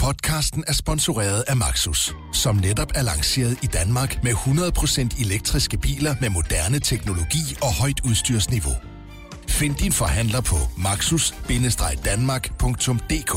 Podcasten er sponsoreret af Maxus, som netop er lanceret i Danmark med 100% elektriske biler med moderne teknologi og højt udstyrsniveau. Find din forhandler på maxus-danmark.dk.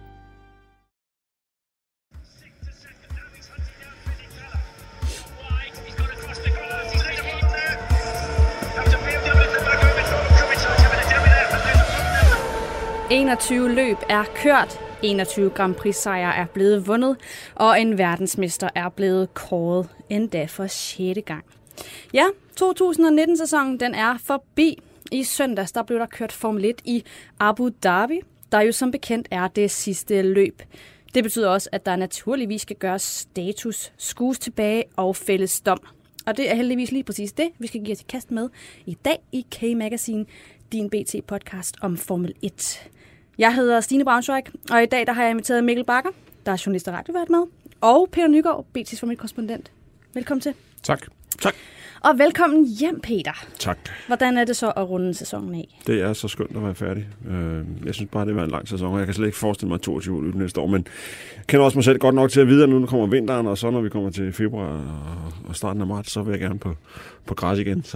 – 21 løb er kørt, 21 Grand Prix-sejre er blevet vundet, og en verdensmester er blevet kåret, endda for 6. gang. Ja, 2019-sæsonen den er forbi. I søndags der blev der kørt Formel 1 i Abu Dhabi, der jo som bekendt er det sidste løb. Det betyder også, at der naturligvis skal gøres status, skues tilbage og fælles dom. Og det er heldigvis lige præcis det, vi skal give os i kast med i dag i K-Magazine, din BT-podcast om Formel 1. Jeg hedder Stine Braunschweig, og i dag der har jeg inviteret Mikkel Bagger, der er journalist og radiovært med, og Peter Nygaard, BT's Formel 1-korrespondent. Velkommen til. Tak. Tak. Og velkommen hjem, Peter. Tak. Hvordan er det så at runde sæsonen af? Det er så skønt at være færdig. Jeg synes bare, det var en lang sæson, og jeg kan slet ikke forestille mig 22 løb næste år, men jeg kender også mig selv godt nok til at vide, at nu kommer vinteren, og så når vi kommer til februar og starten af marts, så vil jeg gerne på græs igen.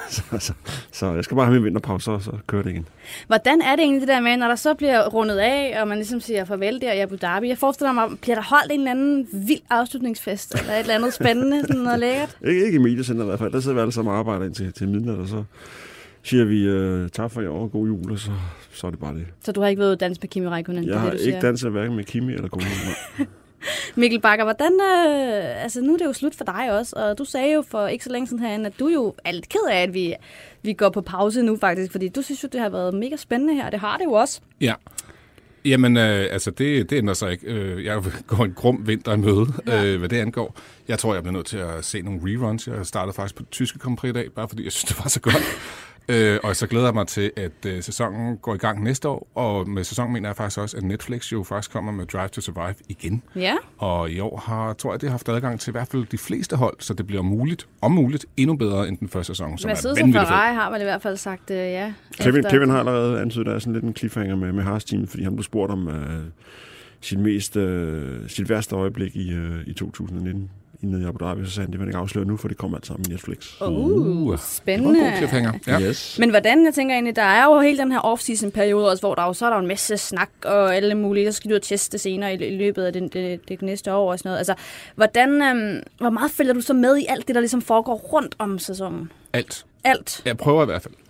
Så jeg skal bare have min vinterpause, og så kører det igen. Hvordan er det egentlig det der med, når der så bliver rundet af, og man ligesom siger farvel der i Abu Dhabi? Jeg forestiller mig, bliver der holdt en eller anden vild afslutningsfest, eller et eller andet spændende, sådan noget lækkert? Ikke i mediecenter i hvert fald. Der sidder vi alle sammen og arbejder ind til midnat, og så siger vi tak for i år og god jul, og så er det bare det. Så du har ikke været danset med Kimi Räikkönen? Jeg har ikke danset hverken med Kimi eller Kone. Mikkel Bagger, hvordan, nu er det jo slut for dig også, og du sagde jo for ikke så længe siden herinde, at du jo er lidt ked af, at vi går på pause nu faktisk, fordi du synes jo, det har været mega spændende her, det har det jo også. Ja, jamen det ændrer sig ikke. Jeg går en grum vinter i møde, hvad det angår. Jeg tror, jeg bliver nødt til at se nogle reruns. Jeg startede faktisk på det tyske Grand Prix i dag, bare fordi jeg synes, det var så godt. Og så glæder jeg mig til, at sæsonen går i gang næste år, og med sæsonen mener jeg faktisk også, at Netflix jo faktisk kommer med Drive to Survive igen. Ja. Og i år tror jeg, det har haft adgang til i hvert fald de fleste hold, så det bliver om muligt endnu bedre end den første sæson, som er vanvittigt fedt. Ferrari har man i hvert fald sagt ja. Kevin har allerede antydet, at der er sådan lidt en cliffhanger med Haas-teamet, fordi han blev spurgt om sit værste øjeblik i 2019. Nede i Abu Dhabi, så sagde han, det vil ikke afsløre nu, for det kommer alt sammen i Netflix. Spændende. Det var en god cliffhanger. Ja. Yes. Men hvordan, jeg tænker egentlig, der er jo hele den her off-season-periode også, hvor der så er der en masse snak og alle mulige, så skal du jo teste senere i løbet af det næste år og sådan noget. Altså, hvor meget følger du så med i alt det, der ligesom foregår rundt om sæsonen? Alt? Jeg prøver i hvert fald.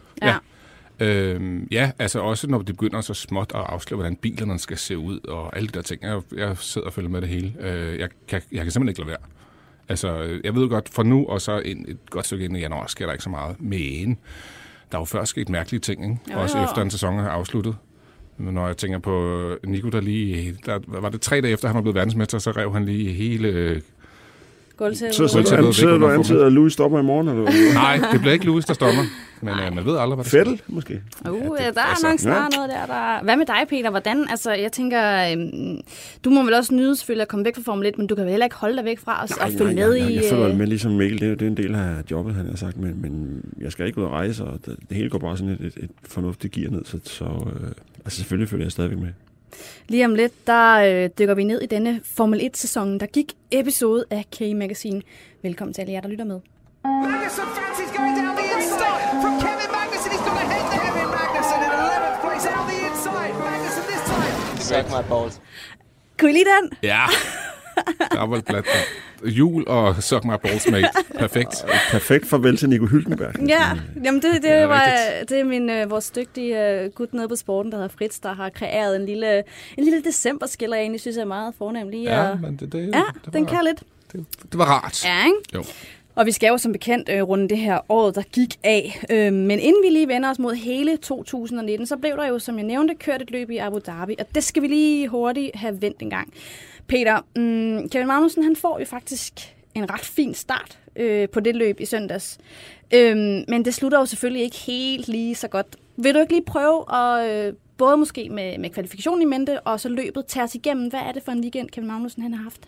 Ja. Altså også når det begynder så småt at afsløre, hvordan bilerne skal se ud og alle de der ting. Jeg sidder og følger med det hele. Jeg kan simpelthen ikke lade være. Altså, jeg ved godt, for nu og så et godt stykke ind i januar sker der ikke så meget. Men der er jo først sket mærkelige ting, ikke? Jo. Også efter en sæson er afsluttet. Når jeg tænker på Nico, var det 3 dage efter, han var blevet verdensmester, så rev han lige hele gulvtæppet. Så sidder du og antyder, at Louis stopper i morgen? Eller? Nej, det bliver ikke Louis, der stopper. Men man ved aldrig, hvad det Vettel, måske? Der er nok snart noget der. Hvad med dig, Peter? Hvordan? Altså, jeg tænker, du må vel også nyde selvfølgelig at komme væk fra Formel 1, men du kan vel heller ikke holde dig væk fra os og følge med i... Jeg følger med ligesom Mikkel. Det er en del af jobbet, han har sagt, men jeg skal ikke ud og rejse, og det hele går bare sådan et fornuftigt gear ned, så selvfølgelig følger jeg stadigvæk med. Lige om lidt, der dykker vi ned i denne Formel 1-sæson, der gik episode af K-Magazine. Velkommen til alle jer, der lytter med. Magnussen fancies going down the inside from Kevin Magnussen. He's got ahead there. Kevin Magnussen in 11th place out the inside. Magnussen this time. Suck my balls. Kunne I lide den? Ja. Dobbeltplat. Jul og suck my balls, mate. Perfekt. Perfekt farvel til Nico Hülkenberg. Ja, jamen det er vores dygtige gut nede på sporten, der hedder Fritz, der har kreeret en lille decemberskiller, jeg egentlig synes er meget fornemmelig. Ja, men den kan lidt. Det var rart. Ja, ikke? Jo. Og vi skal jo som bekendt runde det her år, der gik af. Men inden vi lige vender os mod hele 2019, så blev der jo, som jeg nævnte, kørt et løb i Abu Dhabi. Og det skal vi lige hurtigt have vendt en gang. Peter, Kevin Magnussen, han får jo faktisk en ret fin start på det løb i søndags. Men det slutter jo selvfølgelig ikke helt lige så godt. Vil du ikke lige prøve at både måske med kvalifikationen i mente, og så løbet tage os igennem? Hvad er det for en weekend, Kevin Magnussen han har haft?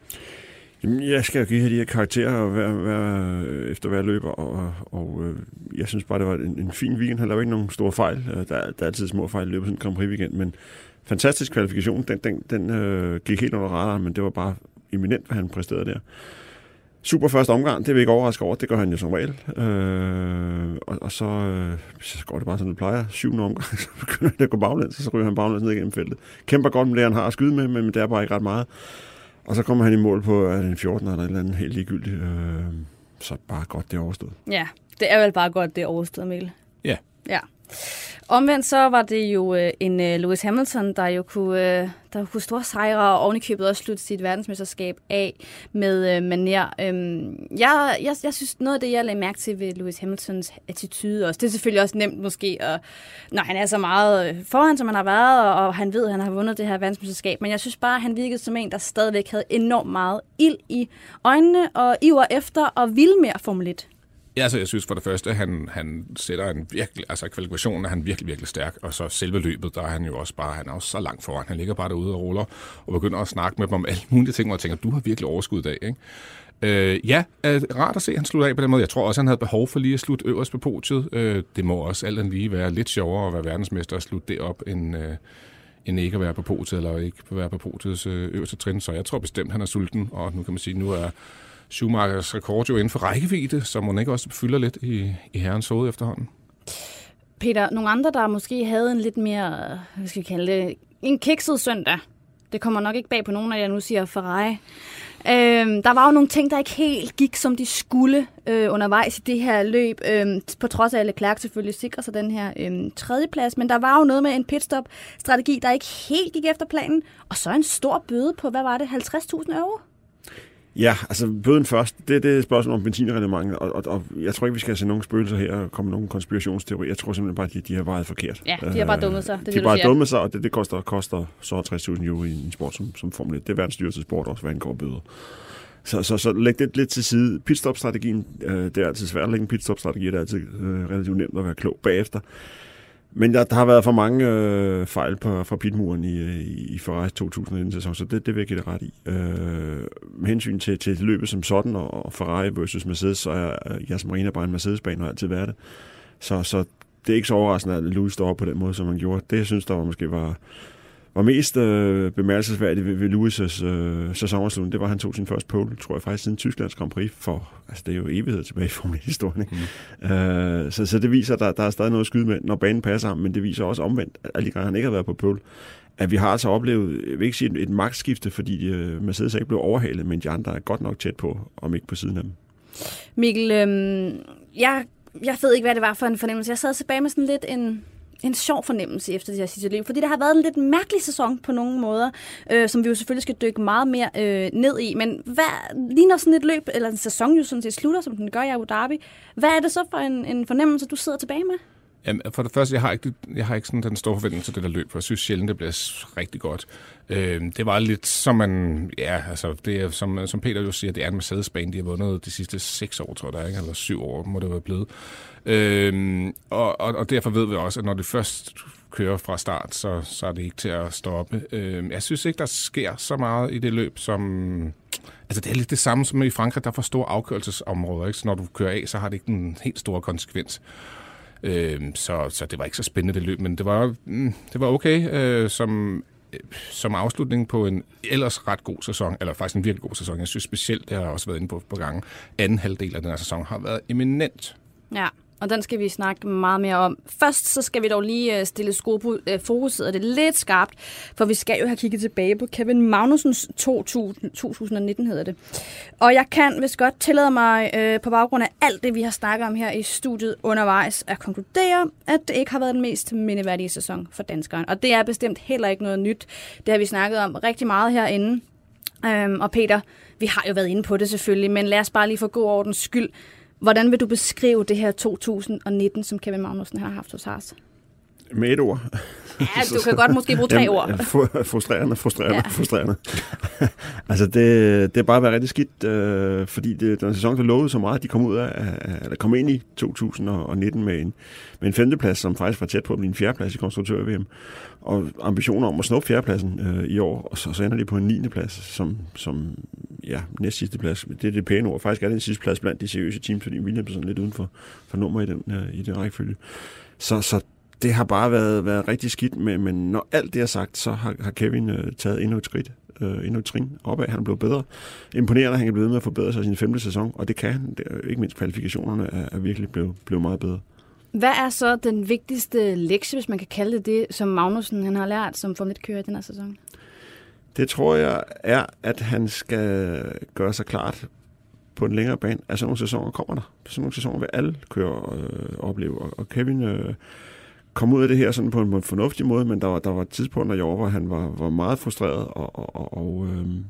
Jamen, jeg skal jo give de her karakterer efter hver løber, og jeg synes bare, det var en fin weekend. Han lavede ikke nogen store fejl. Der er altid små fejl i løbet af sådan en Grand Prix weekend, men fantastisk kvalifikation. Den gik helt under radaren, men det var bare eminent, hvad han præsterede der. Super første omgang, det vil ikke overraske over, det gør han jo som regel. Og så går det bare sådan, det plejer. 7. omgang, så begynder det at gå baglæns, og så ryger han baglæns ned igennem feltet. Kæmper godt med det, han har at skyde med, men det er bare ikke ret meget. Og så kommer han i mål på en 14 eller et eller andet helt ligegyldigt. Så bare godt, det er overstået. Ja, det er vel bare godt, det er overstået, Mikkel. Ja. Ja. Omvendt så var det jo en Lewis Hamilton, der jo kunne store sejre og ovenikøbet også slutte sit verdensmesterskab af med maner. Jeg synes, noget af det, jeg lagde mærke til ved Lewis Hamiltons attitude også, det er selvfølgelig også nemt måske, når han er så meget foran, som han har været, og han ved, at han har vundet det her verdensmesterskab, men jeg synes bare, at han virkede som en, der stadigvæk havde enormt meget ild i øjnene og iver efter og ville mere Formel 1. Ja, altså jeg synes for det første, han sætter en virkelig, altså kvalifikationen er han virkelig, virkelig stærk, og så selve løbet, der er han jo også bare, han er også så langt foran. Han ligger bare derude og ruller, og begynder at snakke med dem om alle mulige ting, og jeg tænker, du har virkelig overskud i dag, ikke? Rart at se, at han slutter af på den måde. Jeg tror også, han havde behov for lige at slutte øverst på podiet. Det må også alt andet lige være lidt sjovere at være verdensmester og slutte det op, end ikke at være på podiet, eller ikke at være på podiets øverste trin. Så jeg tror bestemt, han er sulten, og nu kan man sige, nu er Schumachers rekord jo inden for rækkevidde, så må ikke også fylder lidt i herrens hoved efterhånden. Peter, nogle andre, der måske havde en lidt mere, hvad skal vi kalde det, en kikset søndag. Det kommer nok ikke bag på nogen af jer, nu siger Ferrari. Der var jo nogle ting, der ikke helt gik, som de skulle undervejs i det her løb. På trods af, at Leclerc selvfølgelig sikrer sig den her tredjeplads. Men der var jo noget med en pitstop-strategi, der ikke helt gik efter planen. Og så en stor bøde på, hvad var det, 50.000 euro? Ja, altså bøden først, det er et spørgsmål om benzinreglementet, og jeg tror ikke, vi skal se nogen spøgelser her og komme nogen konspirationsteori. Jeg tror simpelthen bare, at de har vejet forkert. Ja, de har bare dummet sig. De har bare dummet sig, og det koster så 60.000 euro i en sport som Formel 1. Det er verdens dyreste sport også, hvad angår bøder. Så læg det lidt til side. Pitstop-strategien, det er altid svært at lægge en pitstop-strategi, det er altid relativt nemt at være klog bagefter. Men der har været for mange fejl fra pitmuren i Ferrari 2019-sæson, så det vil jeg give det ret i. Med hensyn til løbet som sådan, og Ferrari versus Mercedes, så er Yas Marina bare en Mercedes-bane, og altid været det. Så det er ikke så overraskende, at Lewis står op på den måde, som han gjorde. Det, jeg synes, der måske var mest bemærkelsesværdigt ved Lewis' sæsonafslutning, det var, at han tog sin første pole, tror jeg faktisk, siden Tysklands Grand Prix, altså det er jo evighed tilbage i Formel 1-historien. Så det viser, at der er stadig noget at skyde med, når banen passer ham, men det viser også omvendt, at alle de gange han ikke har været på pole, at vi har altså oplevet, jeg vil ikke sige et magtskifte, fordi Mercedes ikke blev overhalet, men de andre er godt nok tæt på, om ikke på siden af dem. Mikkel, jeg ved ikke, hvad det var for en fornemmelse. Jeg sad tilbage med sådan lidt en sjov fornemmelse efter det her sidste løb, fordi der har været en lidt mærkelig sæson på nogle måder, som vi jo selvfølgelig skal dykke meget mere ned i. Men lige når sådan et løb, eller en sæson jo sådan set slutter, som den gør i Abu Dhabi, hvad er det så for en fornemmelse, du sidder tilbage med? Jamen, for det første, jeg har ikke sådan den store forventning til det der løb, for jeg synes sjældent, det bliver rigtig godt. Det var lidt som man, ja, altså det er som Peter jo siger, det er en Mercedes-bane, de har vundet de sidste 6 år, tror jeg, ikke? Eller 7 år må det være blevet. Og derfor ved vi også, at når det først kører fra start, så er det ikke til at stoppe. Jeg synes ikke, der sker så meget i det løb, som... Altså det er lidt det samme som i Frankrig, der er for store afkørelsesområder, ikke? Så når du kører af, så har det ikke en helt stor konsekvens. Så det var ikke så spændende det løb, men det var okay som afslutning på en ellers ret god sæson, eller faktisk en virkelig god sæson. Jeg synes specielt, det har også været inde på gangen. Anden halvdel af den her sæson har været eminent. Ja, og den skal vi snakke meget mere om. Først så skal vi dog lige stille fokuset, og det er lidt skarpt, for vi skal jo have kigget tilbage på Kevin Magnusens 2019 hedder det. Og jeg kan vist godt tillade mig på baggrund af alt det, vi har snakket om her i studiet undervejs, at konkludere, at det ikke har været den mest mindeværdige sæson for danskeren. Og det er bestemt heller ikke noget nyt. Det har vi snakket om rigtig meget herinde. Og Peter, vi har jo været inde på det selvfølgelig, men lad os bare lige for god ordens skyld. Hvordan vil du beskrive det her 2019, som Kevin Magnussen har haft hos Haas? Med et ord. Ja, du kan godt måske bruge 3 ord. Frustrerende. Altså, det er bare været rigtig skidt, fordi det er en sæson, der lovede så meget, at de kom ind i 2019 med en 5. plads, som faktisk var tæt på at blive en 4. plads i konstruktør-VM. Og ambitioner om at snuppe 4. pladsen i år, og så ender de på en 9. plads, som næst sidste plads. Det er det pæne ord. Faktisk er det en sidste plads blandt de seriøse teams, fordi Williams er sådan lidt uden for nummer i den rækkefølge. Så det har bare været rigtig skidt, men når alt det er sagt, så har Kevin taget endnu et skridt, endnu et trin opad. Han er blevet bedre. Imponerende, han er blevet med at forbedre sig i sin 5. sæson, og det kan han. Ikke mindst kvalifikationerne er virkelig blevet meget bedre. Hvad er så den vigtigste lektie, hvis man kan kalde det, som Magnussen han har lært som Formel 1-kører i den her sæson? Det tror jeg er, at han skal gøre sig klart på en længere bane. Altså nogle sæsoner kommer der. Sådan nogle sæsoner vil alle kører opleve. Og Kevin kom ud af det her sådan på en fornuftig måde, men der var tidspunkter i år, hvor han var meget frustreret. Og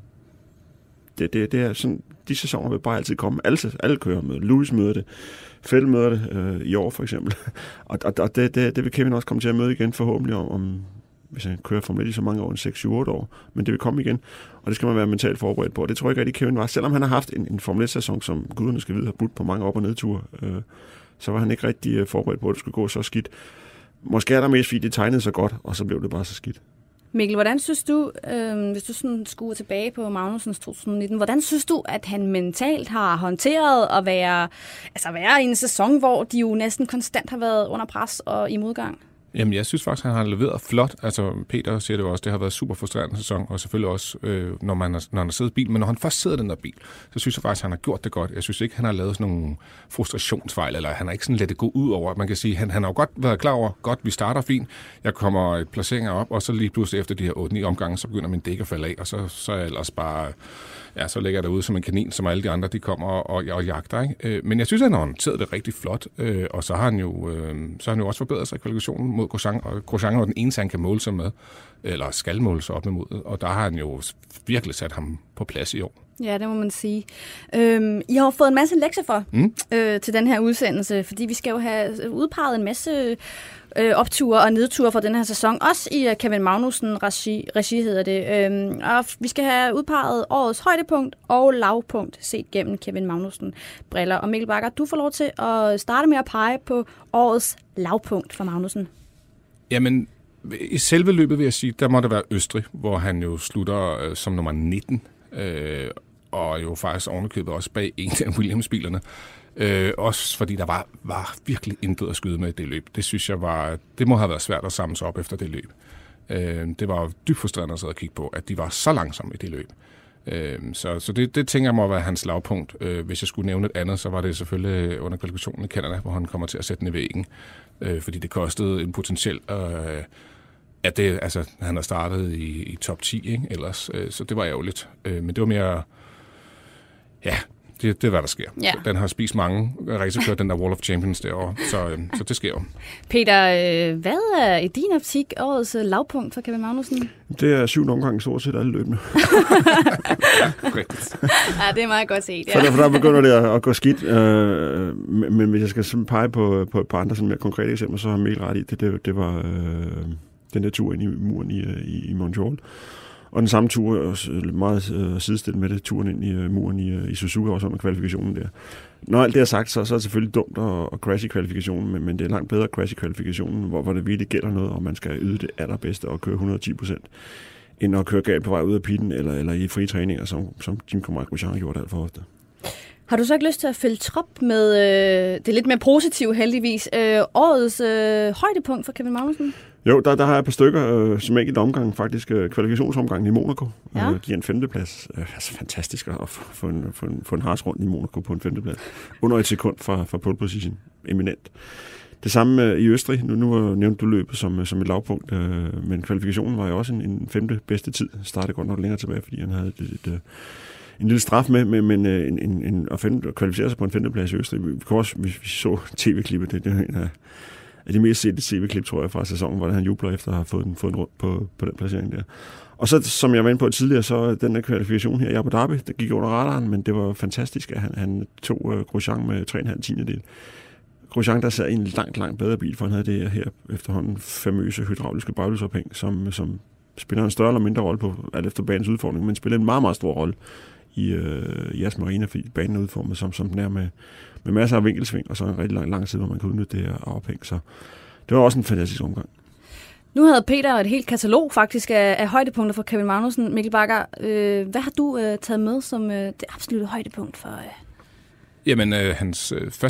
det er sådan, de sæsoner vil bare altid komme. Alle kører med. Lewis møder det. Vettel møder det i år for eksempel. og det vil Kevin også komme til at møde igen forhåbentlig om hvis han kører Formel 1 i så mange år, 6-7-8 år, men det vil komme igen, og det skal man være mentalt forberedt på, og det tror jeg ikke rigtig Kevin var. Selvom han har haft en Formel 1-sæson, som guderne skal vide, har budt på mange op- og nedture, så var han ikke rigtig forberedt på, at det skulle gå så skidt. Måske er der mest, fordi det tegnede så godt, og så blev det bare så skidt. Mikkel, hvordan synes du, hvis du sådan skuer tilbage på Magnussens 2019, hvordan synes du, at han mentalt har håndteret at være i en sæson, hvor de jo næsten konstant har været under pres og i modgang? Jamen, jeg synes faktisk, han har leveret flot. Altså, Peter siger det jo også, det har været super frustrerende sæson, og selvfølgelig også, når han har siddet i bil. Men når han først sidder i den der bil, så synes jeg faktisk, han har gjort det godt. Jeg synes ikke, han har lavet sådan nogle frustrationsfejl, eller han har ikke sådan let det gå ud over. Man kan sige, han har jo godt været klar over, godt, vi starter fint, jeg kommer et placeringer op, og så lige pludselig efter de her 8-9 omgange, så begynder min dæk at falde af, og så er jeg ellers bare... Ja, så ligger jeg derude som en kanin, som alle de andre, de kommer og jagter, ikke? Men jeg synes, han har håndteret det rigtig flot, og så har han jo også forbedret sig i kvalifikationen mod Grosjean, og Grosjean er den eneste, han kan måle sig med, eller skal måle sig op imod, og der har han jo virkelig sat ham på plads i år. Ja, det må man sige. I har fået en masse lektier for til den her udsendelse, fordi vi skal jo have udpeget en masse opture og nedture for den her sæson, også i Kevin Magnussen regi hedder det. Og vi skal have udpeget årets højdepunkt og lavpunkt set gennem Kevin Magnussen briller. Og Mikkel Bakker, du får lov til at starte med at pege på årets lavpunkt for Magnussen. Jamen, i selve løbet vil jeg sige, der må det være Østrig, hvor han jo slutter som nummer 19, og jo faktisk ovenikøbet også bag en af Williams-bilerne. Også fordi der var virkelig intet at skyde med i det løb. Det synes jeg det må have været svært at samle sig op efter det løb. Det var dybt frustrerende at sidde og kigge på, at de var så langsomme i det løb. Så det tænker jeg må være hans lavpunkt. Hvis jeg skulle nævne et andet, så var det selvfølgelig under kvalifikationen i Canada, hvor han kommer til at sætte den i væggen. Fordi det kostede en potentiel... han har startet i top 10, ikke? Ellers, så det var ærgerligt. Men det var mere... Ja, det er, hvad der sker. Ja. Den har spist mange racerkører, den der Wall of Champions derovre, så det sker jo. Peter, hvad er i din optik årets lavpunkt for Kevin Magnussen? Det er 7 omgange stort set alle løbende. Ja, det er meget godt set. Ja. For der begynder det at gå skidt. Men hvis jeg skal pege på et par andre sådan mere konkrete eksempler, så har Mikkel ret i, det var den der tur ind i muren i Montreal. Og den samme tur er også meget sidestillet med det, turen ind i muren i Suzuka, også med kvalifikationen der. Når alt det er sagt, så er det selvfølgelig dumt at crashe i kvalifikationen, men det er langt bedre at crashe i kvalifikationen, hvor det virkelig gælder noget, og man skal yde det allerbedste og køre 110%, end at køre galt på vej ud af pitten eller i frie træninger, som Jim Grosjean har gjort alt for ofte. Har du så ikke lyst til at følge trop med det lidt mere positive heldigvis, årets højdepunkt for Kevin Magnussen? Jo, der har jeg et par stykker, som ikke i omgang faktisk, kvalifikationsomgangen i Monaco. Ja. Giver en 5. plads. Altså fantastisk at få en Haas rundt i Monaco på en 5. plads. Under et sekund fra pole position. Eminent. Det samme i Østrig. Nu nævnte du løbet som et lavpunkt, men kvalifikationen var jo også en 5. bedste tid. Startede godt nok længere tilbage, fordi han havde en lille straf med, men at kvalificere sig på en 5. plads i Østrig. Vi kunne også, hvis vi så tv-klippet, det er en af de mest sete tv-klip, tror jeg, fra sæsonen, hvor han jubler efter at have fået den rundt på den placering der. Og så, som jeg var inde på tidligere, så den der kvalifikation her i Abu Dhabi, der gik under radaren, men det var fantastisk, at han tog Grosjean med 3,5 tiendedel. Grosjean, der sad i en langt bedre bil, for han havde det her efterhånden famøse hydrauliske baglysophæng, som spiller en større eller mindre rolle på alt efter banens udfordring, men spiller en meget, meget stor rolle i Aston Martin, fordi banen er udformet som den er med masser af vinkelsving, og så en rigtig lang tid, hvor man kan udnytte det her ophæng. Så det var også en fantastisk omgang. Nu havde Peter et helt katalog faktisk af højdepunkter for Kevin Magnussen. Mikkel Bakker, hvad har du taget med som det absolutte højdepunkt for... Jamen, hans første løb,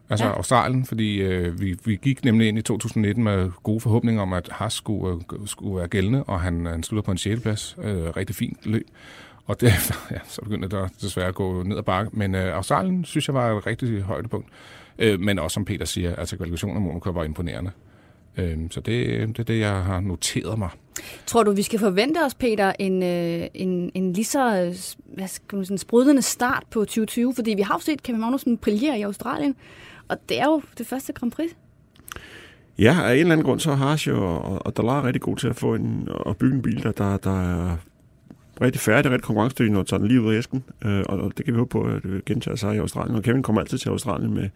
Altså Australien, fordi vi gik nemlig ind i 2019 med gode forhåbninger om, at Haas skulle være gældende, og han slutter på en 6. plads. Rigtig fint løb. Og derefter, så begyndte det desværre at gå ned ad bakke. Men Australien, synes jeg, var et rigtig højdepunkt. Men også, som Peter siger, altså kvalifikationen af Monaco var imponerende. Så det er det, jeg har noteret mig. Tror du, vi skal forvente os, Peter, en lige så sprudlende start på 2020? Fordi vi har jo set Kevin Magnussen brillere i Australien, og det er jo det første Grand Prix. Ja, af en eller anden grund, så har Haas jo, og der er rigtig god til at bygge en bil, der er rigtig færdig, rigtig konkurrencedygtig, når tager den lige ud af æsken. Og det kan vi håbe på, at det gentager sig i Australien. Og Kevin kommer altid til Australien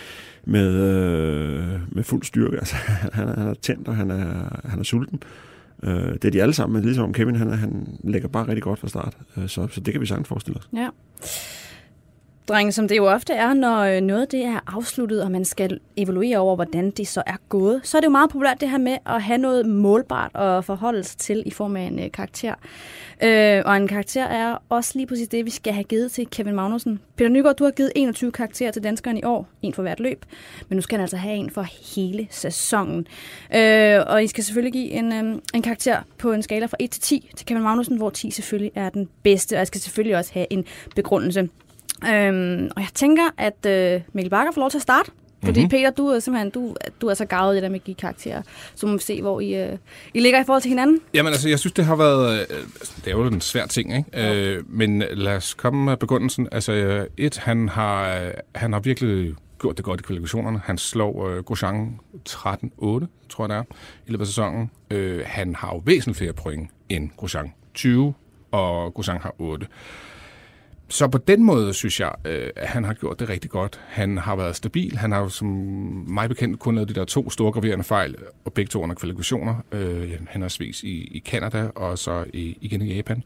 med fuld styrke. Altså, han er tændt, og han er sulten. Det er de alle sammen, men ligesom Kevin, han lægger bare rigtig godt fra start. Så det kan vi sagtens forestille os. Ja. Drenge, som det jo ofte er, når noget det er afsluttet, og man skal evaluere over, hvordan det så er gået, så er det jo meget populært det her med at have noget målbart at forholde sig til i form af en karakter. Og en karakter er også lige præcis det, vi skal have givet til Kevin Magnussen. Peter Nygaard, du har givet 21 karakterer til danskeren i år, en for hvert løb, men nu skal han altså have en for hele sæsonen. Og I skal selvfølgelig give en karakter på en skala fra 1 til 10 til Kevin Magnussen, hvor 10 selvfølgelig er den bedste, og jeg skal selvfølgelig også have en begrundelse. Og jeg tænker, at Mikkel Bakker får lov til at starte. Fordi Peter, du er så garvet i det der med at give karakterer. Så må vi se, hvor I ligger i forhold til hinanden. Jamen altså, jeg synes, det har været... det er jo en svær ting, ikke? Men lad os komme med begrundelsen. Altså, han har virkelig gjort det godt i kvalifikationerne. Han slår Grosjean 13-8, tror jeg det er, i løbet af sæsonen. Han har jo væsentligt flere point end Grosjean. 20, og Grosjean har 8. Så på den måde synes jeg, at han har gjort det rigtig godt. Han har været stabil. Han har jo som mig bekendt kun lavet de der 2 store graverende fejl, og begge 2 under kvalifikationer. Henholdsvis i Canada og så igen i Japan.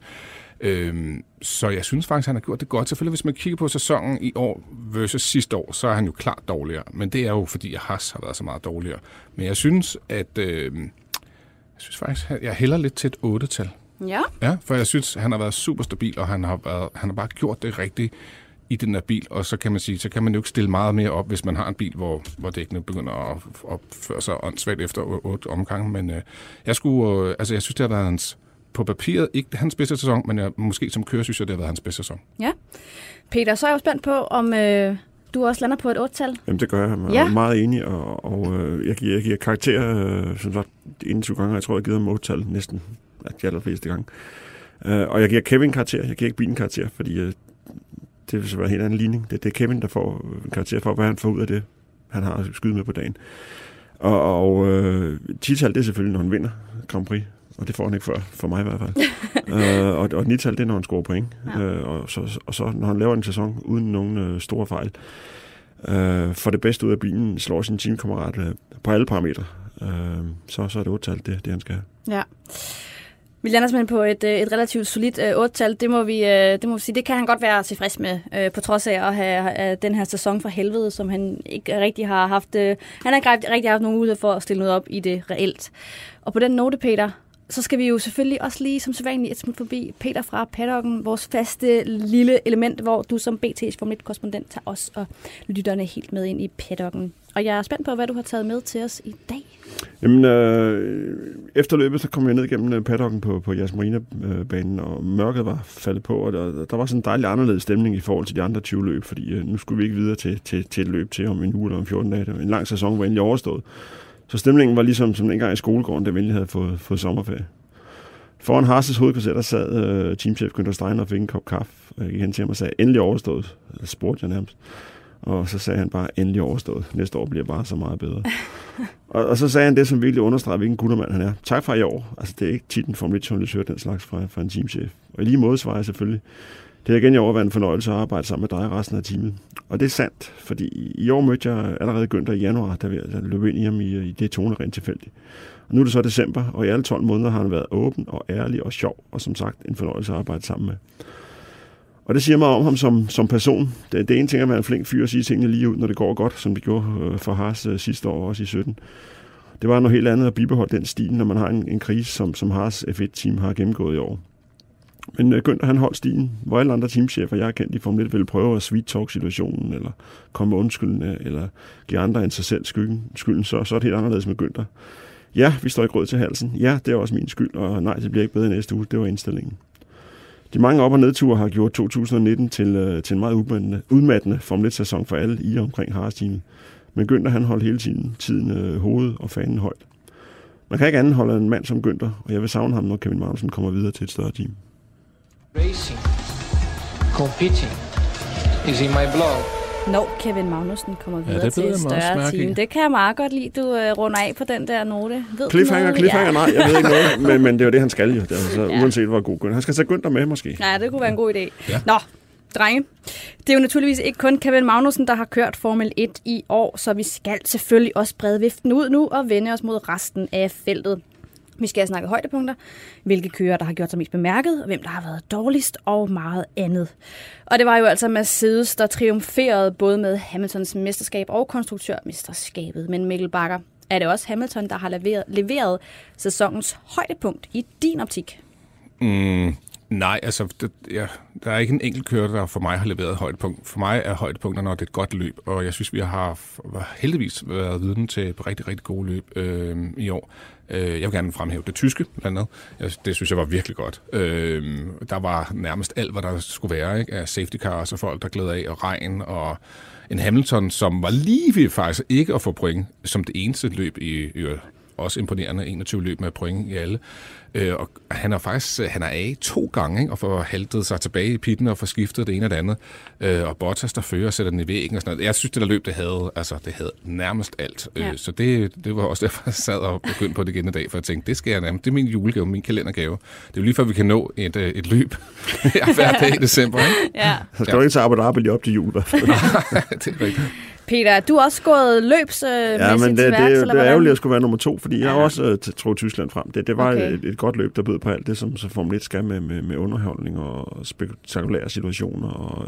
Så jeg synes faktisk, han har gjort det godt. Selvfølgelig, hvis man kigger på sæsonen i år versus sidste år, så er han jo klart dårligere. Men det er jo, fordi Haas har været så meget dårligere. Men jeg synes, at faktisk, jeg hælder lidt til et 8-tal. Ja. Ja, for jeg synes, han har været super stabil, og han har bare gjort det rigtigt i den der bil, og så kan man sige, så kan man jo ikke stille meget mere op, hvis man har en bil, hvor dækkene begynder at opføre sig åndssvagt efter 8 omgange, men jeg synes, det har været hans, på papiret, ikke hans bedste sæson, men måske som kører, synes jeg, det har været hans bedste sæson. Ja. Peter, så er jeg jo spændt på, om du også lander på et 8-tal. Jamen, det gør jeg. Jeg er meget enig, og jeg giver karakterer, som sagt, 21 gange, jeg tror, jeg har givet ham 8-tal næsten. De allerfleste gange. Og jeg giver Kevin karakter. Jeg giver ikke bilen karakter, fordi det vil så være en helt anden ligning. Det er Kevin, der får en karakter for, hvad han får ud af det, han har skyde med på dagen. Og 10-tal, det er selvfølgelig, når han vinder Grand Prix. Og det får han ikke for mig i hvert fald. Og 9-tal, det er, når han scorer point. Ja. Og så når han laver en sæson uden nogen store fejl. For det bedste ud af bilen, slår sin teamkammerat på alle parametre. Så er det 8-tal, det han skal have. Ja. Vi lander simpelthen på et relativt solidt 8-tal. Det må vi sige. Det kan han godt være tilfreds med, på trods af at have den her sæson for helvede, som han ikke rigtig har haft. Han har ikke rigtig haft nogen mulighed for at stille noget op i det reelt. Og på den note, Peter, så skal vi jo selvfølgelig også lige som sædvanligt et smut forbi Peter fra paddocken, vores faste lille element, hvor du som BT's Formel 1-korrespondent tager os og lytterne helt med ind i paddocken. Og jeg er spændt på, hvad du har taget med til os i dag. Jamen, efter løbet, så kom jeg ned gennem paddocken på Yas Marina-banen, og mørket var faldet på, og der var sådan en dejlig anderledes stemning i forhold til de andre 20 løb, fordi nu skulle vi ikke videre til et løb til om en uge eller om 14 dage. Det var en lang sæson, var endelig overstået. Så stemningen var ligesom som en gang i skolegården, der endelig havde fået sommerferie. Foran Haas' hovedkvarter, der sad teamchef Günther Steiner og fik en kop kaffe. Jeg gik hen til ham og sagde, endelig overstået. Eller spurgte jeg nærmest. Og så sagde han bare, endelig overstået. Næste år bliver bare så meget bedre. og så sagde han det, som virkelig understreger, hvilken guttermand han er. Tak for i år. Altså, det er ikke tit en Formel 1-journalist hører den slags fra en teamchef. Og i lige måde svarer jeg selvfølgelig, det har igen i år været en fornøjelse at arbejde sammen med dig og resten af teamet. Og det er sandt, fordi i år mødte jeg allerede Günther i januar, da vi løb ind i ham i det tone rent tilfældigt. Og nu er det så december, og i alle 12 måneder har han været åben og ærlig og sjov, og som sagt en fornøjelse at arbejde sammen med. Og det siger mig om ham som person. Det er en ting at være en flink fyr og sige tingene lige ud, når det går godt, som det gjorde for Haas sidste år, også i 17. Det var noget helt andet at bibeholde den stil, når man har en krise, som Haas F1-team har gennemgået i år. Men Günther, han holdt stilen, hvor alle andre teamchefer, jeg har kendt i Formel 1, ville prøve at sweet talk situationen, eller komme med undskyldende, eller give andre end sig selv skylden, så er det helt anderledes med Günther. Ja, vi står i grød til halsen. Ja, det er også min skyld, og nej, det bliver ikke bedre næste uge. Det var indstillingen. De mange op- og nedture har gjort 2019 til en meget udmattende Formel 1-sæson for alle i og omkring Haas-teamet. Men Günther, han holdt hele tiden hovedet og fanen højt. Man kan ikke andet holde en mand som Günther, og jeg vil savne ham, når Kevin Magnussen kommer videre til et større team. Racing, competing is in my blood. Når Kevin Magnussen kommer videre det til et større team. Det kan jeg meget godt lide, du runder af på den der note. Cliffhanger, nej, jeg ved ikke noget, men det er jo det, han skal jo. Det er altså, uanset hvor god Günther. Han skal tage Günther med, måske. Ja, det kunne være en god idé. Ja. Nå, drenge. Det er jo naturligvis ikke kun Kevin Magnussen, der har kørt Formel 1 i år, så vi skal selvfølgelig også brede viften ud nu og vende os mod resten af feltet. Vi skal snakke højdepunkter, hvilke kører, der har gjort sig mest bemærket, og hvem der har været dårligst og meget andet. Og det var jo altså Mercedes, der triumferede både med Hamiltons mesterskab og konstruktørmesterskabet. Men Mikkel Bakker, er det også Hamilton, der har leveret sæsonens højdepunkt i din optik? Nej, altså, der er ikke en enkelt kører, der for mig har leveret højdepunkt. For mig er højdepunkter, når det er et godt løb, og jeg synes, vi har heldigvis været vidne til rigtig, rigtig gode løb i år. Jeg vil gerne fremhæve det tyske, blandt andet. Det synes jeg var virkelig godt. Der var nærmest alt, hvad der skulle være, ikke? Af safety cars og folk, der gled af, og regn, og en Hamilton, som var lige ved faktisk ikke at få point, som det eneste løb i også imponerende 21 løb med point i alle. Og han er af 2 gange, ikke? Og får haltet sig tilbage i pitten og får skiftet det ene og det andet. Og Bottas, der fører, sætter den i væggen og sådan noget. Jeg synes, det der løb, det havde nærmest alt. Ja. Så det var også derfor, jeg sad og begyndte på det igen i dag, for jeg tænkte, det skal jeg nærmest. Det er min julegave, min kalendergave. Det er jo lige før, vi kan nå et løb hver dag i december. Ikke? Ja. Så skal du ikke til Abu Dhabi lige op til jul. Det er rigtigt. Peter, du har også gået løbsmæssigt ja, men til værks, det er ærgerligt at skulle være nummer 2, fordi jeg har også troet Tyskland frem. Det var et godt løb, der bød på alt det, som så Formel 1 skal med underholdning og spektakulære situationer og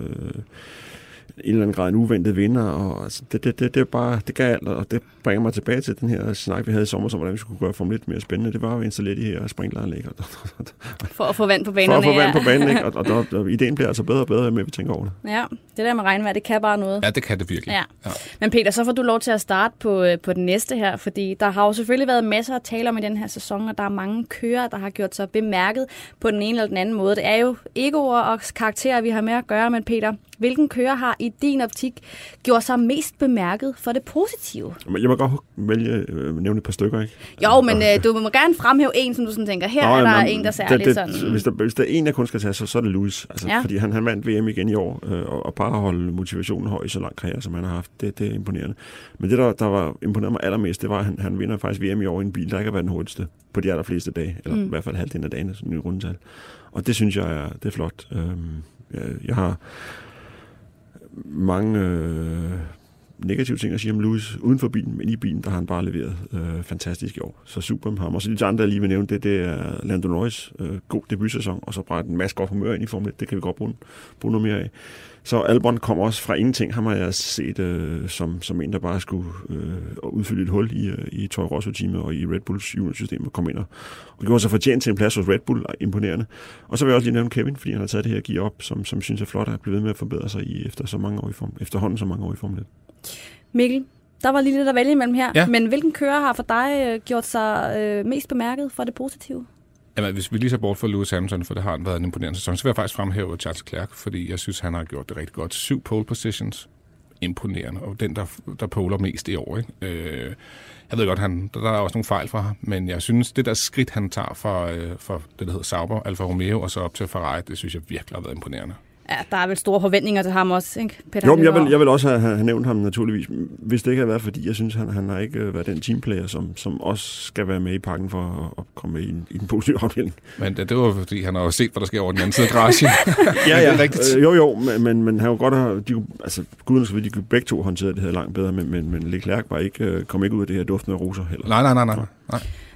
en eller anden grad en uventet vinder. Og altså, det er bare, det gav alt, og det bringer mig tilbage til den her snak, vi havde i sommer, om hvordan vi skulle gøre Formel 1 mere spændende. Det var jo installeret i her sprinkleranlæg. For at få vand på banerne. For at få vand på banen, ikke? Og ideen bliver altså bedre og bedre, med vi tænker over det. Ja, det der med regnvejr, det kan bare noget. Ja, det kan det virkelig. Ja. Men Peter, så får du lov til at starte på den næste her, fordi der har jo selvfølgelig været masser at tale om i den her sæson, og der er mange kører, der har gjort sig bemærket på den ene eller den anden måde. Det er jo egoer og karakterer, vi har med at gøre, men Peter, hvilken kører har i din optik gjort sig mest bemærket for det positive? Jeg må godt nævne et par stykker, ikke? Jo, men du må gerne fremhæve en, som du sådan tænker, her er der en, der særligt sådan... Hvis der er en, jeg kun skal tage, så er det Lewis. Altså, fordi han vandt VM igen i år, og bare holde motivationen høj i så lang karriere, som han har haft, det er imponerende. Men det, der var imponeret mig allermest, det var, at han vinder faktisk VM i år i en bil, der ikke har været den hurtigste på de allerfleste dage, eller i hvert fald halvdelen af dagene, sådan en rundetal. Og det synes jeg det er flot. Jeg har mange negative ting at sige om Lewis uden for bilen, men i bilen, der har han bare leveret fantastisk i år. Så super med ham. Og så de andre, jeg lige vil nævne, det er Lando Norris god debutsæson, og så bare en masse godt humør ind i Formel 1. Det kan vi godt bruge noget mere af. Så Albon kom også fra ingenting. Ham har jeg set som en, der bare skulle udfylde et hul i Toro Rosso-teamet og i Red Bulls junior-system og kom ind og gjorde sig fortjent til en plads hos Red Bull. Imponerende. Og så vil jeg også lige nævne Kevin, fordi han har taget det her gear op, som synes er flot at blive ved med at forbedre sig efterhånden så mange år i Formel 1. Mikkel, der var lige lidt at vælge imellem her, men hvilken kører har for dig gjort sig mest bemærket for det positive? Jamen, hvis vi lige så bort fra Lewis Hamilton, for det har været en imponerende sæson, så vil jeg faktisk fremhæve Charles Leclerc, fordi jeg synes, han har gjort det rigtig godt. 7 pole positions. Imponerende. Og den, der poler mest i år. Ikke? Jeg ved godt, der er også nogle fejl fra ham, men jeg synes, det der skridt, han tager fra det, der hedder Sauber, Alfa Romeo, og så op til Ferrari, det synes jeg virkelig har været imponerende. Ja, der er vel store forventninger til ham også, ikke, Peter? Jo, jeg vil også have nævnt ham naturligvis, hvis det ikke havde været, fordi jeg synes, han har ikke været den teamplayer, som også skal være med i pakken for at komme med i den positive afdeling. Men det var fordi, han har jo set, hvad der sker over den anden side af garagen. ja. Det er rigtigt. Jo, men han jo godt have, guderne så vidt, de kunne begge to håndtere det her langt bedre, men Leclerc kom ikke ud af det her duftende roser heller. Nej.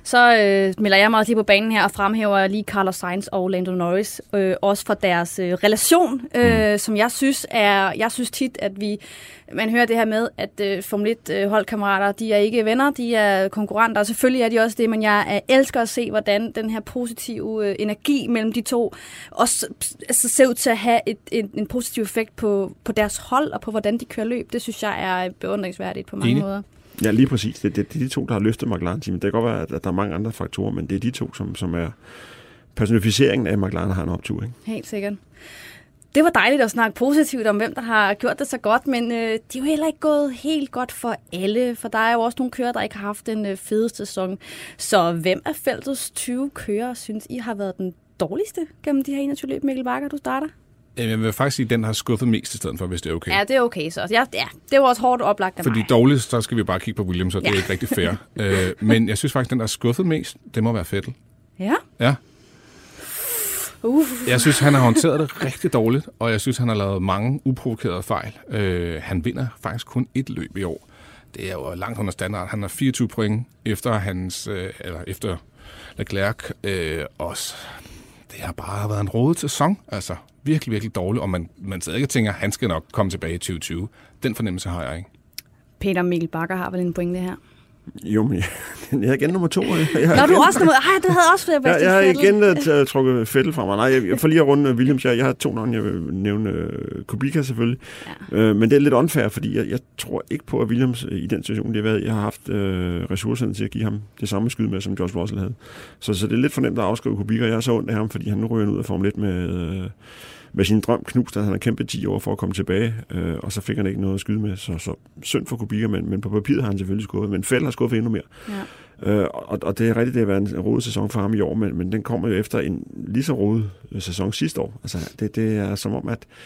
så melder jeg mig også lige på banen her og fremhæver lige Carlos Sainz og Lando Norris, også for deres relation, som jeg synes tit, at man hører det her med, at Formel 1 holdkammerater, de er ikke venner, de er konkurrenter, og selvfølgelig er de også det, men jeg elsker at se, hvordan den her positive energi mellem de to også ser ud til at have en positiv effekt på deres hold og på, hvordan de kører løb. Det synes jeg er beundringsværdigt på mange måder. Ja, lige præcis. Det er de to, der har løftet McLaren-teamet. Det kan godt være, at der er mange andre faktorer, men det er de to, som er personificeringen af, at McLaren har en optur. Ikke? Helt sikkert. Det var dejligt at snakke positivt om, hvem der har gjort det så godt, men det er jo heller ikke gået helt godt for alle, for der er jo også nogle kører, der ikke har haft den fede sæson. Så hvem af feltets 20 kører synes I har været den dårligste gennem de her 21 løb? Mikkel Bakker, du starter. Jeg vil faktisk sige, at den har skuffet mest i stedet for, hvis det er okay. Ja, det er okay så. Ja, det var også hårdt oplagt af mig. Fordi dårligst, så skal vi bare kigge på Williams, og det er ikke rigtig fair. Men jeg synes faktisk, at den, der har skuffet mest, det må være Vettel. Ja? Ja. Jeg synes, han har håndteret det rigtig dårligt, og jeg synes, han har lavet mange uprovokerede fejl. Han vinder faktisk kun et løb i år. Det er jo langt under standard. Han har 24 point efter Leclerc også. Det har bare været en rodet sæson, altså virkelig, virkelig dårligt, og man stadig tænker, at han skal nok komme tilbage i 2020. Den fornemmelse har jeg ikke. Peter Mikkel Bakker har vel en pointe her? Jo, men jeg er igen nummer 2. Nå, du også nummer... Ej, det havde også været jeg har igen trukket Vettel fra mig. Nej, jeg får lige at runde Williams. Jeg har 2 navne, jeg vil nævne Kubica selvfølgelig. Ja. Men det er lidt unfair, fordi jeg tror ikke på, at Williams i den situation, det har været, jeg har haft ressourcerne til at give ham det samme skyde med, som George Russell havde. Så det er lidt fornemt at afskrive Kubica. Jeg er så ondt af ham, fordi han nu ryger ud af Formel 1 med sin drøm knust, at han har kæmpet 10 år for at komme tilbage, og så fik han ikke noget at skyde med. Så synd for Kubica, men på papiret har han selvfølgelig skuffet. Men Vettel har skuffet endnu mere. Ja. Og det er rigtigt, det har været en rodet sæson for ham i år, men den kommer jo efter en lige så rodet sæson sidste år. Altså, det er som om, at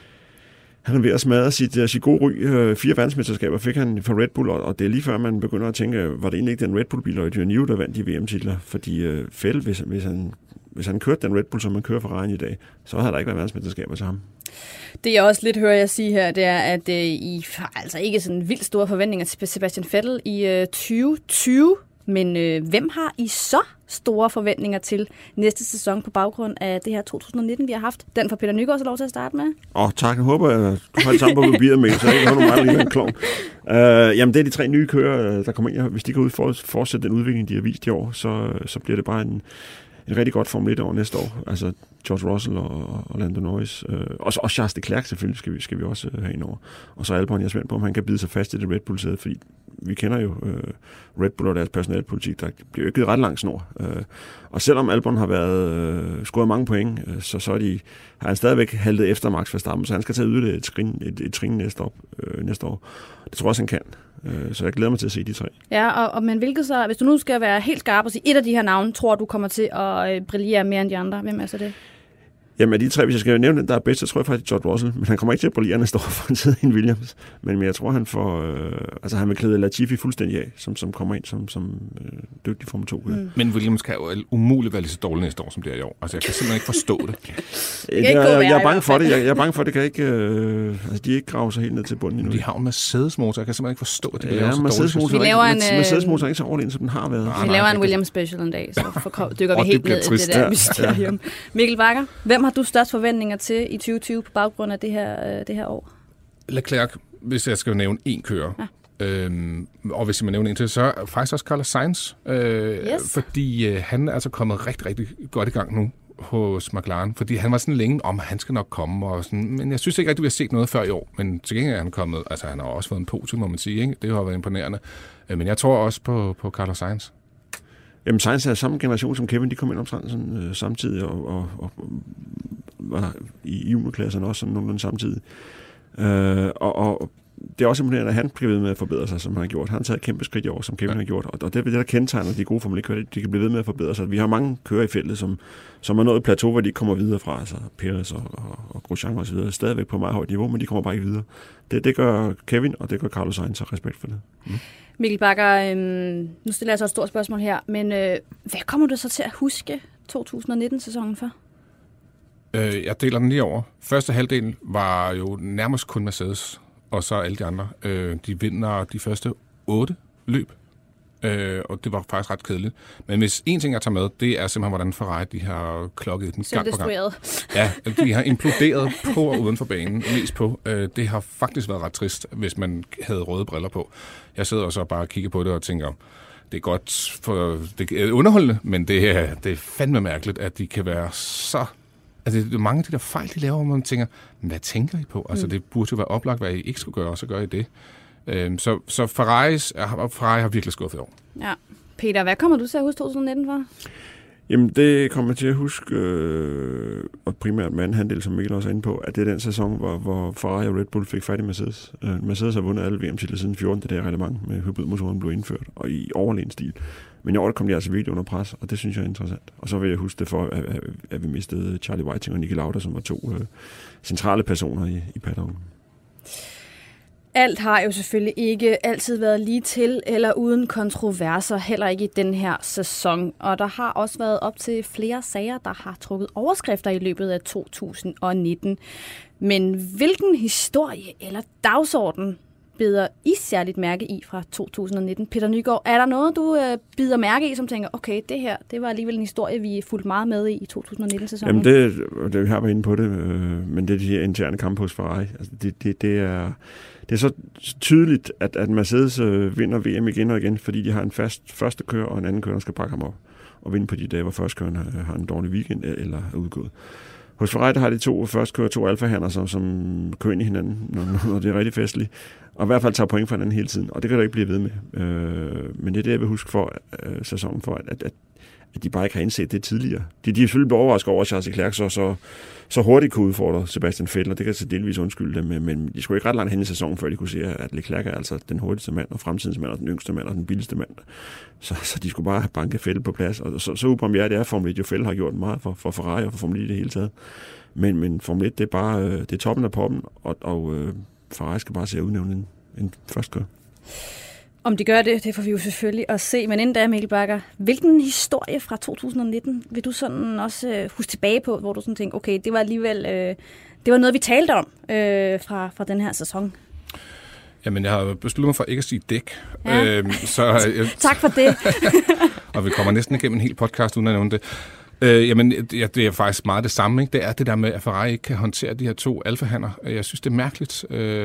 han er ved at smadre sit gode ry. 4 verdensmesterskaber fik han for Red Bull, og det er lige før, man begynder at tænke, var det egentlig ikke den Red Bull-bil, og Adrian Newey, der vandt de VM-titler? Fordi Vettel, hvis han kørte den Red Bull, som man kører for Ferrari i dag, så havde der ikke været verdensmesterskaber til ham. Det jeg også lidt hører jeg sige her, det er, at I har altså ikke sådan vildt store forventninger til Sebastian Vettel i 2020, men hvem har I så store forventninger til næste sæson på baggrund af det her 2019, vi har haft? Den får Peter Nygaard så lov til at starte med. Tak, jeg håber, at du har det samme på papiret med, så jeg ikke har nogen meget en klovn. Jamen, det er de 3 nye kører, der kommer ind. Hvis de går ud for at fortsætte den udvikling, de har vist i år, så bliver det bare en rigtig godt Formel 1 år næste år. Altså George Russell og Lando Norris. Og Charles Leclerc selvfølgelig skal vi også have ind over. Og så Albon, jeg er spændt på, om han kan bide sig fast i det Red Bull-sæde, fordi vi kender jo Red Bull og deres personalpolitik, der bliver jo ikke ret lang snor. Og selvom Albon har været scoret mange point, så har han stadigvæk haltet efter Max Verstappen, så han skal tage yderligere et trin næste år. Det tror jeg også, han kan. Så jeg glæder mig til at se de 3. Ja, men hvilket så, hvis du nu skal være helt skarp og sige et af de her navne, tror du kommer til at brillere mere end de andre? Hvem er så det? Jamen af de 3, hvis jeg skal nævne den, der er bedst, så tror jeg faktisk George Russell, men han kommer ikke til at brillere næste år for en tid i en Williams. Men jeg tror, han får, han vil klæde Latifi fuldstændig af, som kommer ind som dygtig Formel 2. Men Williams kan jo umuligt være lige så dårlig næste år, som det er i år. Altså, jeg kan simpelthen ikke forstå det. Jeg er bange for det. Jeg er bange for, at det kan ikke, de ikke graver sig helt ned til bunden endnu. De har en Mercedes-motor. Jeg kan simpelthen ikke forstå, at de laver så dårligt. Mercedes-motor er ikke så ordentligt, som den har været. Vi laver en Williams special en dag, så dykker vi helt ned i det der mysterium. Mikkel Bakker, hvem har du størst forventninger til i 2020 på baggrund af det her år? Leclerc, hvis jeg skal nævne en kører. Ja. Og hvis jeg må nævne en til, så er faktisk også Carlos Sainz. Yes. Fordi han er altså kommet rigtig, rigtig godt i gang nu hos McLaren. Fordi han var sådan længe om, at han skal nok komme. Og sådan, men jeg synes ikke rigtig, vi har set noget før i år. Men til gengæld er han kommet, altså han har også fået en podium, må man sige. Ikke? Det har været imponerende. Men jeg tror også på Carlos Sainz. Jamen, Sainz er samme generation som Kevin. De kom ind omtrent sådan, samtidig og var i juniorklasserne også sådan nogenlunde samtidig. Og det er også imponerende, at han bliver ved med at forbedre sig, som han har gjort. Han har taget et kæmpe skridt i år, som Kevin har gjort. Og det er det, der kendetegner de gode Formel 1-kører. De kan blive ved med at forbedre sig. Vi har mange kører i feltet, som har nået et plateau, hvor de kommer videre fra. Altså Perez og Grosjean og så videre. Stadigvæk på meget højt niveau, men de kommer bare ikke videre. Det gør Kevin, og det gør Carlos Sainz, og respekt for det. Mikkel Bakker, nu stiller jeg så et stort spørgsmål her, men hvad kommer du så til at huske 2019-sæsonen for? Jeg deler den lige over. Første halvdel var jo nærmest kun Mercedes, og så alle de andre. De vinder de første 8 løb Og det var faktisk ret kedeligt. Men hvis en ting, jeg tager med, det er simpelthen, hvordan Ferrari de har klokket den gang på gang. Ja, de har imploderet på og uden for banen, mest på. Det har faktisk været ret trist, hvis man havde røde briller på. Jeg sidder og så bare og kigger på det og tænker, det er godt, for det er underholdende, men det er fandme mærkeligt, at de kan være så... Altså, det er mange af de der fejl, de laver, hvor man tænker, hvad tænker I på? Altså, det burde jo være oplagt, hvad I ikke skulle gøre, og så gør I det. Så Ferrari har virkelig skuffet over. Ja. Peter, hvad kommer du til at huske 2019 for? Jamen, det kommer til at huske, og primært med anden handel, som Mikkel også er inde på, at det er den sæson, hvor Ferrari og Red Bull fik fat i Mercedes. Mercedes har vundet alle VM-titler siden 14, det der reglement med hybridmotoren blev indført, og i overlegen stil. Men i år kom de altså virkelig under pres, og det synes jeg er interessant. Og så vil jeg huske det for, at vi mistede Charlie Whiting og Niki Lauda, som var to centrale personer i paddocken. Alt har jo selvfølgelig ikke altid været lige til eller uden kontroverser, heller ikke i den her sæson. Og der har også været op til flere sager, der har trukket overskrifter i løbet af 2019. Men hvilken historie eller dagsorden bider I særligt mærke i fra 2019? Peter Nygaard, er der noget, du bider mærke i, som tænker, okay, det var alligevel en historie, vi fulgte meget med i 2019-sæsonen? Jamen, det vi har været inde på det, men det er de her interne kampe hos Ferrari. Altså, det er så tydeligt, at Mercedes vinder VM igen og igen, fordi de har en fast første kører og en anden kører, der skal bakke ham op og vinde på de dage, hvor førstkøreren har en dårlig weekend eller er udgået. Hos Ferrari der har de to førstkører, to alfahander, som kører ind i hinanden, når det er rigtig festligt, og i hvert fald tager point fra hinanden hele tiden, og det kan der ikke blive ved med. Men det er det, jeg vil huske for sæsonen, for at de bare ikke har indset det tidligere. De er selvfølgelig blevet overrasket over, at Charles Leclerc så hurtigt kunne udfordre Sebastian Vettel, og det kan så delvis undskylde dem, men de skulle ikke ret langt hen i sæsonen, før de kunne se, at Leclerc er altså den hurtigste mand, og fremtidens mand, og den yngste mand, og den billigste mand. Så de skulle bare have banket Vettel på plads, og så ubarmhjertigt er Formel 1, jo Vettel har gjort meget for Ferrari og for Formel 1 i det hele taget. Men Formel 1, det er bare det er toppen af poppen, og Ferrari skal bare se at udnævne en førstkører. Om de gør det får vi jo selvfølgelig at se. Men inden da, Mikkel Bakker, hvilken historie fra 2019 vil du sådan også huske tilbage på, hvor du sådan tænker, okay, det var alligevel det var noget, vi talte om fra den her sæson? Jamen, jeg har besluttet mig for ikke at sige dæk. Ja. Tak for det. Og vi kommer næsten igennem en hel podcast uden at nævne det. Jamen, det er faktisk meget det samme. Ikke? Det er det der med, at Ferrari ikke kan håndtere de her to alfahanner. Jeg synes, det er mærkeligt,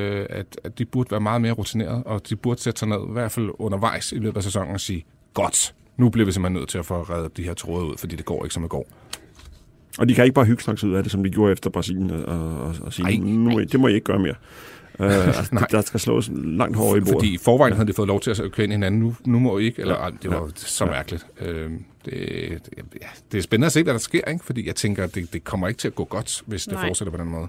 at de burde være meget mere rutineret, og de burde sætte sig ned, i hvert fald undervejs i løbet af sæsonen, og sige, godt, nu bliver vi simpelthen nødt til at få reddet de her tråde ud, fordi det går ikke, som det går. Og de kan ikke bare hygge straks ud af det, som de gjorde efter Brasilien, og sige, det må I ikke gøre mere. Der skal slås langt hårdere i bordet. Fordi i forvejen havde de fået lov til at køre ind i hinanden. Nu må I ikke. Eller, det var så mærkeligt. Det er spændende at se, hvad der sker, ikke? Fordi jeg tænker, at det kommer ikke til at gå godt, hvis det fortsætter på den måde.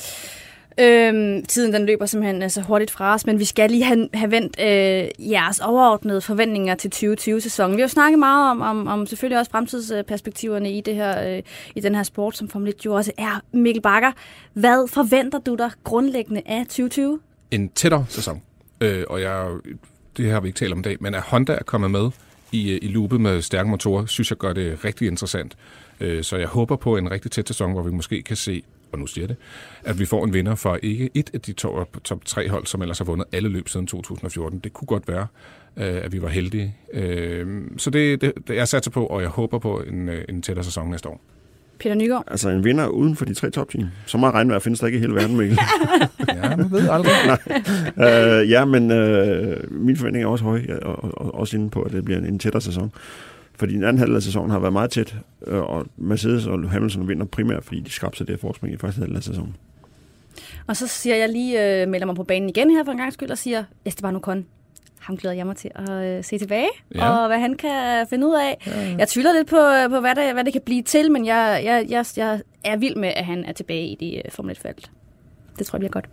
Tiden den løber simpelthen så hurtigt fra os, men vi skal lige have vendt jeres overordnede forventninger til 2020-sæsonen. Vi har jo snakket meget om selvfølgelig også fremtidsperspektiverne i det her i den her sport, som Formel 1 jo også er. Mikkel Bakker, hvad forventer du dig grundlæggende af 2020? En tættere sæson. Og det har vi ikke talt om i dag, men at Honda er kommet med i loopet med stærke motorer, synes jeg gør det rigtig interessant. Så jeg håber på en rigtig tæt sæson, hvor vi måske kan se, og nu siger det, at vi får en vinder for ikke et af de top 3 hold, som ellers har vundet alle løb siden 2014. Det kunne godt være, at vi var heldige. Så det jeg satser på, og jeg håber på en tættere sæson næste år. Peter Nygaard? Altså en vinder uden for de 3 topteam. Så meget regnvejr findes der ikke i hele verden, Mikkel. Ja, man ved aldrig. Men min forventning er også høj, og også inde på, at det bliver en tættere sæson. Fordi den anden halvdel af sæsonen har været meget tæt, og Mercedes og Hamilton vinder primært, fordi de skabte sig det forspring i første halvdel af sæsonen. Og så siger jeg lige, melder mig på banen igen her for en gang skyld, og siger, Esteban Ocon, ham glæder jeg mig til at se tilbage, og hvad han kan finde ud af. Ja. Jeg tvivler lidt på hvad det kan blive til, men jeg er vild med, at han er tilbage i det Formel 1-felt. Det tror jeg bliver godt.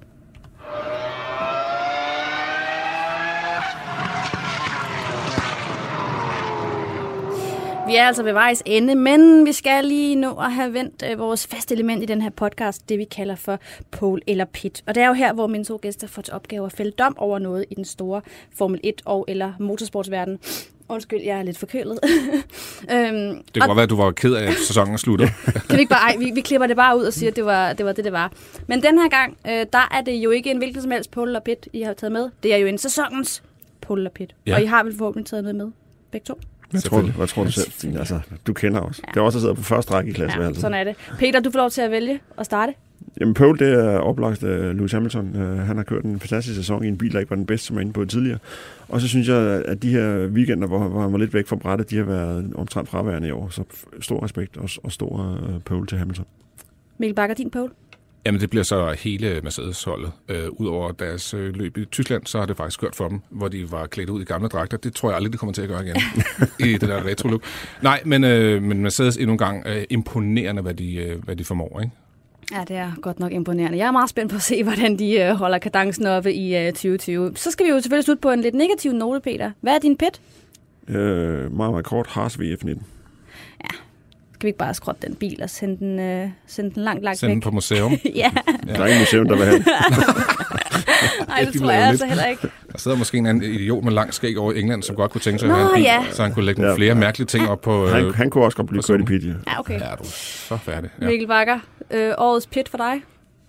Vi er altså ved vejs ende, men vi skal lige nå at have vendt vores faste element i den her podcast, det vi kalder for pole eller pit. Og det er jo her, hvor mine 2 gæster får til opgave at fælde dom over noget i den store Formel 1 og eller motorsportsverden. Undskyld, jeg er lidt forkølet. Det kunne godt være, at du var ked af, at sæsonen slutter. Kan vi ikke bare, vi klipper det bare ud og siger, at det var det var. Men den her gang, der er det jo ikke en hvilken som helst pole eller pit, I har taget med. Det er jo en sæsonens pole eller pit. Ja. Og I har vel forhåbentlig taget noget med? begge to. Hvad tror du selv, Stine? Altså, du kender os. Ja. Det er også, der sidder på første række i klassen. Ja, sådan er det. Peter, du får lov til at vælge og starte. Jamen, pole, det er oplagt af Lewis Hamilton. Han har kørt en fantastisk sæson i en bil, der ikke var den bedste, som jeg inde på tidligere. Og så synes jeg, at de her weekender, hvor han var lidt væk fra brættet, de har været omtrent fraværende i år. Så stor respekt og stor pole til Hamilton. Mikkel Bakker, din pole? Jamen, det bliver så hele Mercedes-holdet. Udover deres løb i Tyskland, så har det faktisk kørt for dem, hvor de var klædt ud i gamle dragter. Det tror jeg aldrig, de kommer til at gøre igen i det der retro-look. Nej, men Mercedes endnu en gang imponerende, hvad de formår, ikke? Ja, det er godt nok imponerende. Jeg er meget spændt på at se, hvordan de holder kadencen oppe i 2020. Så skal vi jo selvfølgelig slutte på en lidt negativ note, Peter. Hvad er din pit? Meget, meget kort. Haas VF19. Ja, skal vi ikke bare skrotte den bil og sende den langt væk? Sende den på museum? Ja. Der er ingen museum, der vil have. Nej, det tror jeg altså heller ikke. Der sidder måske en anden idiot med lang skæg over i England, som godt kunne tænke sig at have en bil, så han kunne lægge nogle flere mærkelige ting op på... Han kunne også godt blive kørt i pit, ja. Ja, okay. Ja, du er så færdig. Ja. Mikkel Bakker, årets pit for dig?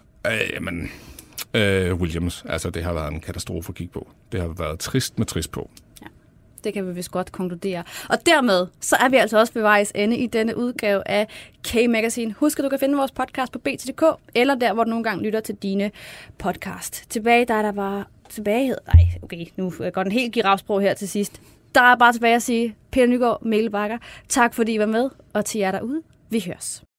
Williams. Altså, det har været en katastrofe at kigge på. Det har været trist med trist på. Det kan vi vist godt konkludere. Og dermed, så er vi altså også ved vejs ende i denne udgave af K-Magazine. Husk, at du kan finde vores podcast på BT.dk, eller der, hvor du nogle gange lytter til dine podcast. Tilbage, der var tilbagehed. Nej, okay, nu går den helt girafsprog her til sidst. Der er bare tilbage at sige, Peter Nygaard, Mikkel Bakker, tak fordi I var med, og til jer derude, vi høres.